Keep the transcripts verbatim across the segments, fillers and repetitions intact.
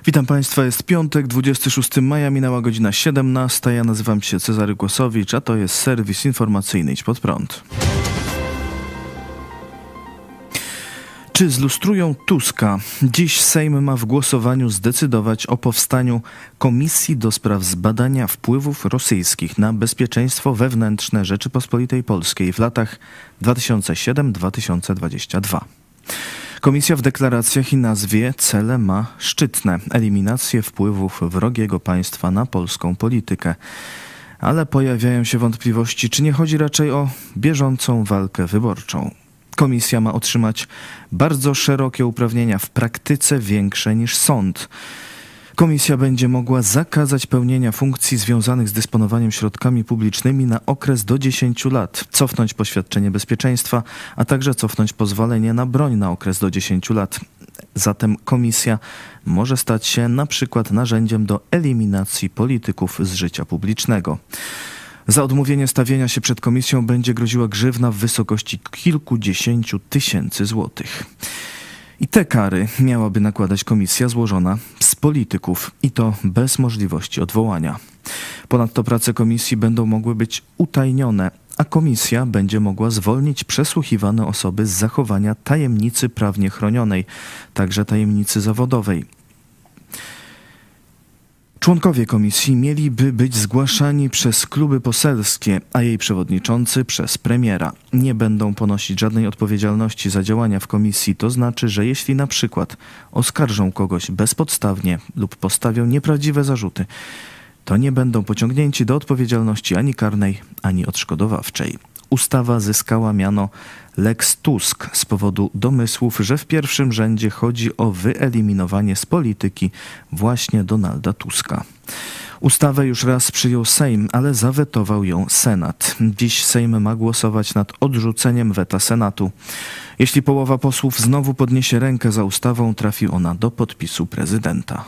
Witam Państwa, jest piątek, dwudziestego szóstego maja, minęła godzina siedemnasta. Ja nazywam się Cezary Głosowicz, a to jest serwis informacyjny Idź Pod Prąd. Czy zlustrują Tuska? Dziś Sejm ma w głosowaniu zdecydować o powstaniu Komisji do spraw zbadania wpływów rosyjskich na bezpieczeństwo wewnętrzne Rzeczypospolitej Polskiej w latach dwa tysiące siódmy do dwa tysiące dwudziestego drugiego. Komisja w deklaracjach i nazwie cele ma szczytne: eliminację wpływów wrogiego państwa na polską politykę. Ale pojawiają się wątpliwości, czy nie chodzi raczej o bieżącą walkę wyborczą. Komisja ma otrzymać bardzo szerokie uprawnienia, w praktyce większe niż sąd. Komisja będzie mogła zakazać pełnienia funkcji związanych z dysponowaniem środkami publicznymi na okres do dziesięciu lat, cofnąć poświadczenie bezpieczeństwa, a także cofnąć pozwolenie na broń na okres do dziesięciu lat. Zatem komisja może stać się na przykład narzędziem do eliminacji polityków z życia publicznego. Za odmówienie stawienia się przed komisją będzie groziła grzywna w wysokości kilkudziesięciu tysięcy złotych. I te kary miałaby nakładać komisja złożona z polityków, i to bez możliwości odwołania. Ponadto prace komisji będą mogły być utajnione, a komisja będzie mogła zwolnić przesłuchiwane osoby z zachowania tajemnicy prawnie chronionej, także tajemnicy zawodowej. Członkowie komisji mieliby być zgłaszani przez kluby poselskie, a jej przewodniczący przez premiera. Nie będą ponosić żadnej odpowiedzialności za działania w komisji, to znaczy, że jeśli na przykład oskarżą kogoś bezpodstawnie lub postawią nieprawdziwe zarzuty, to nie będą pociągnięci do odpowiedzialności ani karnej, ani odszkodowawczej. Ustawa zyskała miano Lex Tusk z powodu domysłów, że w pierwszym rzędzie chodzi o wyeliminowanie z polityki właśnie Donalda Tuska. Ustawę już raz przyjął Sejm, ale zawetował ją Senat. Dziś Sejm ma głosować nad odrzuceniem weta Senatu. Jeśli połowa posłów znowu podniesie rękę za ustawą, trafi ona do podpisu prezydenta.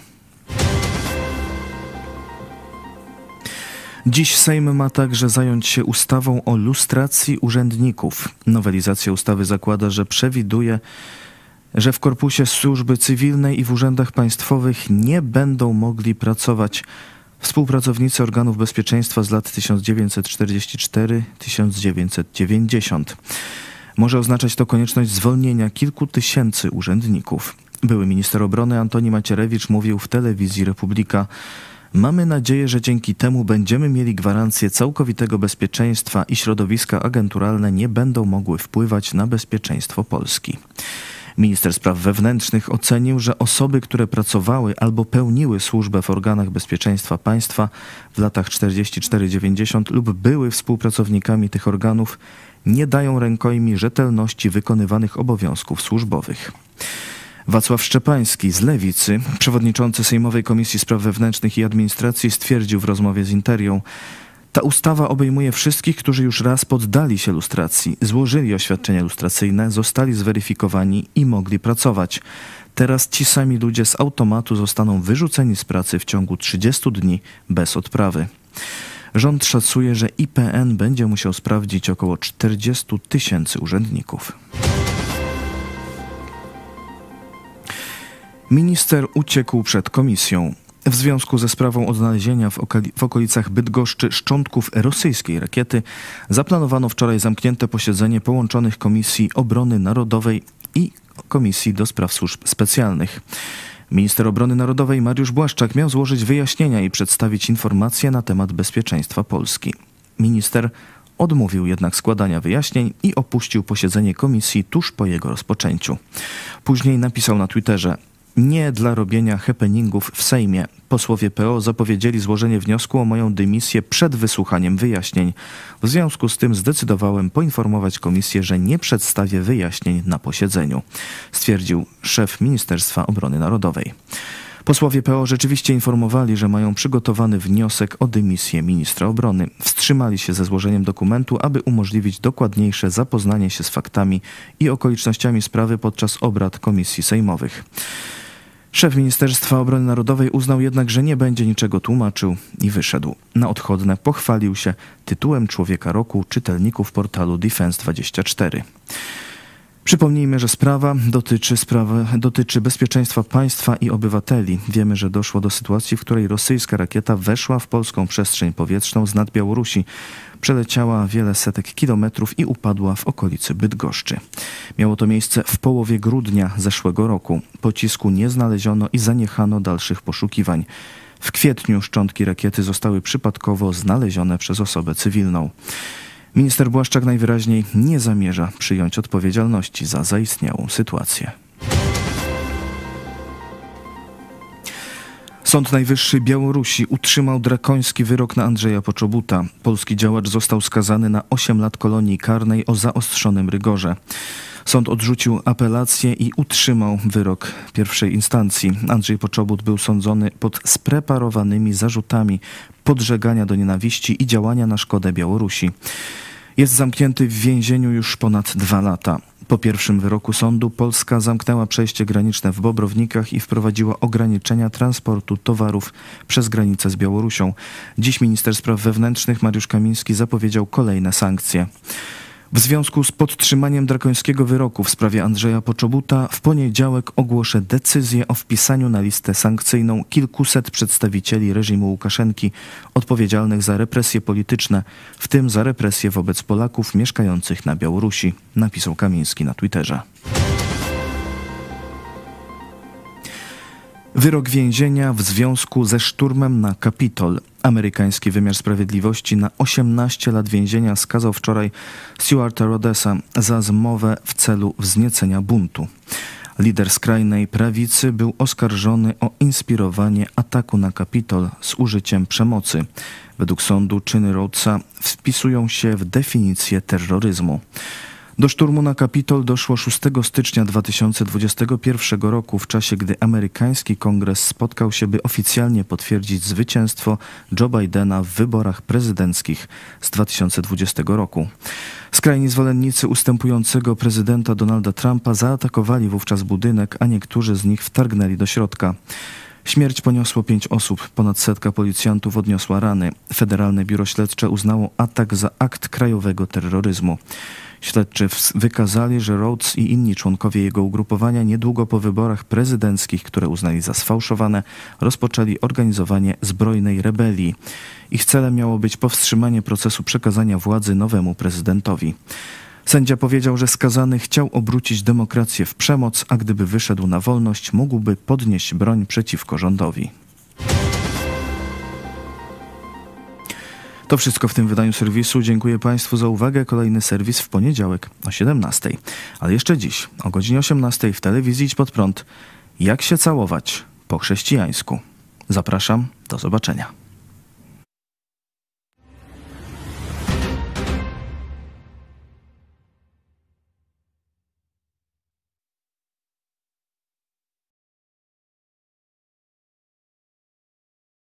Dziś Sejm ma także zająć się ustawą o lustracji urzędników. Nowelizacja ustawy zakłada, że przewiduje, że w korpusie służby cywilnej i w urzędach państwowych nie będą mogli pracować współpracownicy organów bezpieczeństwa z lat tysiąc dziewięćset czterdziesty czwarty do tysiąc dziewięćset dziewięćdziesiątego. Może oznaczać to konieczność zwolnienia kilku tysięcy urzędników. Były minister obrony Antoni Macierewicz mówił w telewizji Republika: mamy nadzieję, że dzięki temu będziemy mieli gwarancję całkowitego bezpieczeństwa i środowiska agenturalne nie będą mogły wpływać na bezpieczeństwo Polski. Minister spraw wewnętrznych ocenił, że osoby, które pracowały albo pełniły służbę w organach bezpieczeństwa państwa w latach czterdziestym czwartym do dziewięćdziesiątego lub były współpracownikami tych organów, nie dają rękojmi rzetelności wykonywanych obowiązków służbowych. Wacław Szczepański z Lewicy, przewodniczący Sejmowej Komisji Spraw Wewnętrznych i Administracji, stwierdził w rozmowie z Interią: ta ustawa obejmuje wszystkich, którzy już raz poddali się lustracji, złożyli oświadczenia lustracyjne, zostali zweryfikowani i mogli pracować. Teraz ci sami ludzie z automatu zostaną wyrzuceni z pracy w ciągu trzydziestu dni bez odprawy. Rząd szacuje, że I P N będzie musiał sprawdzić około czterdziestu tysięcy urzędników. Minister uciekł przed komisją. W związku ze sprawą odnalezienia w, okoli- w okolicach Bydgoszczy szczątków rosyjskiej rakiety zaplanowano wczoraj zamknięte posiedzenie połączonych Komisji Obrony Narodowej i Komisji do Spraw Służb Specjalnych. Minister Obrony Narodowej Mariusz Błaszczak miał złożyć wyjaśnienia i przedstawić informacje na temat bezpieczeństwa Polski. Minister odmówił jednak składania wyjaśnień i opuścił posiedzenie komisji tuż po jego rozpoczęciu. Później napisał na Twitterze: nie dla robienia happeningów w Sejmie. Posłowie P O zapowiedzieli złożenie wniosku o moją dymisję przed wysłuchaniem wyjaśnień. W związku z tym zdecydowałem poinformować komisję, że nie przedstawię wyjaśnień na posiedzeniu, stwierdził szef Ministerstwa Obrony Narodowej. Posłowie P O rzeczywiście informowali, że mają przygotowany wniosek o dymisję ministra obrony. Wstrzymali się ze złożeniem dokumentu, aby umożliwić dokładniejsze zapoznanie się z faktami i okolicznościami sprawy podczas obrad komisji sejmowych. Szef Ministerstwa Obrony Narodowej uznał jednak, że nie będzie niczego tłumaczył i wyszedł. Na odchodne pochwalił się tytułem Człowieka Roku czytelników portalu Defense dwadzieścia cztery. Przypomnijmy, że sprawa dotyczy, sprawy, dotyczy bezpieczeństwa państwa i obywateli. Wiemy, że doszło do sytuacji, w której rosyjska rakieta weszła w polską przestrzeń powietrzną z nad Białorusi. Przeleciała wiele setek kilometrów i upadła w okolicy Bydgoszczy. Miało to miejsce w połowie grudnia zeszłego roku. Pocisku nie znaleziono i zaniechano dalszych poszukiwań. W kwietniu szczątki rakiety zostały przypadkowo znalezione przez osobę cywilną. Minister Błaszczak najwyraźniej nie zamierza przyjąć odpowiedzialności za zaistniałą sytuację. Sąd Najwyższy Białorusi utrzymał drakoński wyrok na Andrzeja Poczobuta. Polski działacz został skazany na osiem lat kolonii karnej o zaostrzonym rygorze. Sąd odrzucił apelację i utrzymał wyrok pierwszej instancji. Andrzej Poczobut był sądzony pod spreparowanymi zarzutami podżegania do nienawiści i działania na szkodę Białorusi. Jest zamknięty w więzieniu już ponad dwa lata. Po pierwszym wyroku sądu Polska zamknęła przejście graniczne w Bobrownikach i wprowadziła ograniczenia transportu towarów przez granicę z Białorusią. Dziś minister spraw wewnętrznych Mariusz Kamiński zapowiedział kolejne sankcje. W związku z podtrzymaniem drakońskiego wyroku w sprawie Andrzeja Poczobuta w poniedziałek ogłoszę decyzję o wpisaniu na listę sankcyjną kilkuset przedstawicieli reżimu Łukaszenki odpowiedzialnych za represje polityczne, w tym za represje wobec Polaków mieszkających na Białorusi, napisał Kamiński na Twitterze. Wyrok więzienia w związku ze szturmem na Kapitol. Amerykański wymiar sprawiedliwości na osiemnaście lat więzienia skazał wczoraj Stewarta Rhodesa za zmowę w celu wzniecenia buntu. Lider skrajnej prawicy był oskarżony o inspirowanie ataku na Kapitol z użyciem przemocy. Według sądu czyny Rhodesa wpisują się w definicję terroryzmu. Do szturmu na Kapitol doszło szóstego stycznia dwa tysiące dwudziestego pierwszego roku, w czasie gdy amerykański kongres spotkał się, by oficjalnie potwierdzić zwycięstwo Joe Bidena w wyborach prezydenckich z dwa tysiące dwudziestego roku. Skrajni zwolennicy ustępującego prezydenta Donalda Trumpa zaatakowali wówczas budynek, a niektórzy z nich wtargnęli do środka. Śmierć poniosło pięć osób, ponad setka policjantów odniosła rany. Federalne Biuro Śledcze uznało atak za akt krajowego terroryzmu. Śledczy wykazali, że Rhodes i inni członkowie jego ugrupowania niedługo po wyborach prezydenckich, które uznali za sfałszowane, rozpoczęli organizowanie zbrojnej rebelii. Ich celem miało być powstrzymanie procesu przekazania władzy nowemu prezydentowi. Sędzia powiedział, że skazany chciał obrócić demokrację w przemoc, a gdyby wyszedł na wolność, mógłby podnieść broń przeciwko rządowi. To wszystko w tym wydaniu serwisu. Dziękuję Państwu za uwagę. Kolejny serwis w poniedziałek o siedemnastej. Ale jeszcze dziś o godzinie osiemnastej w telewizji Idź Pod Prąd. Jak się całować po chrześcijańsku. Zapraszam, do zobaczenia.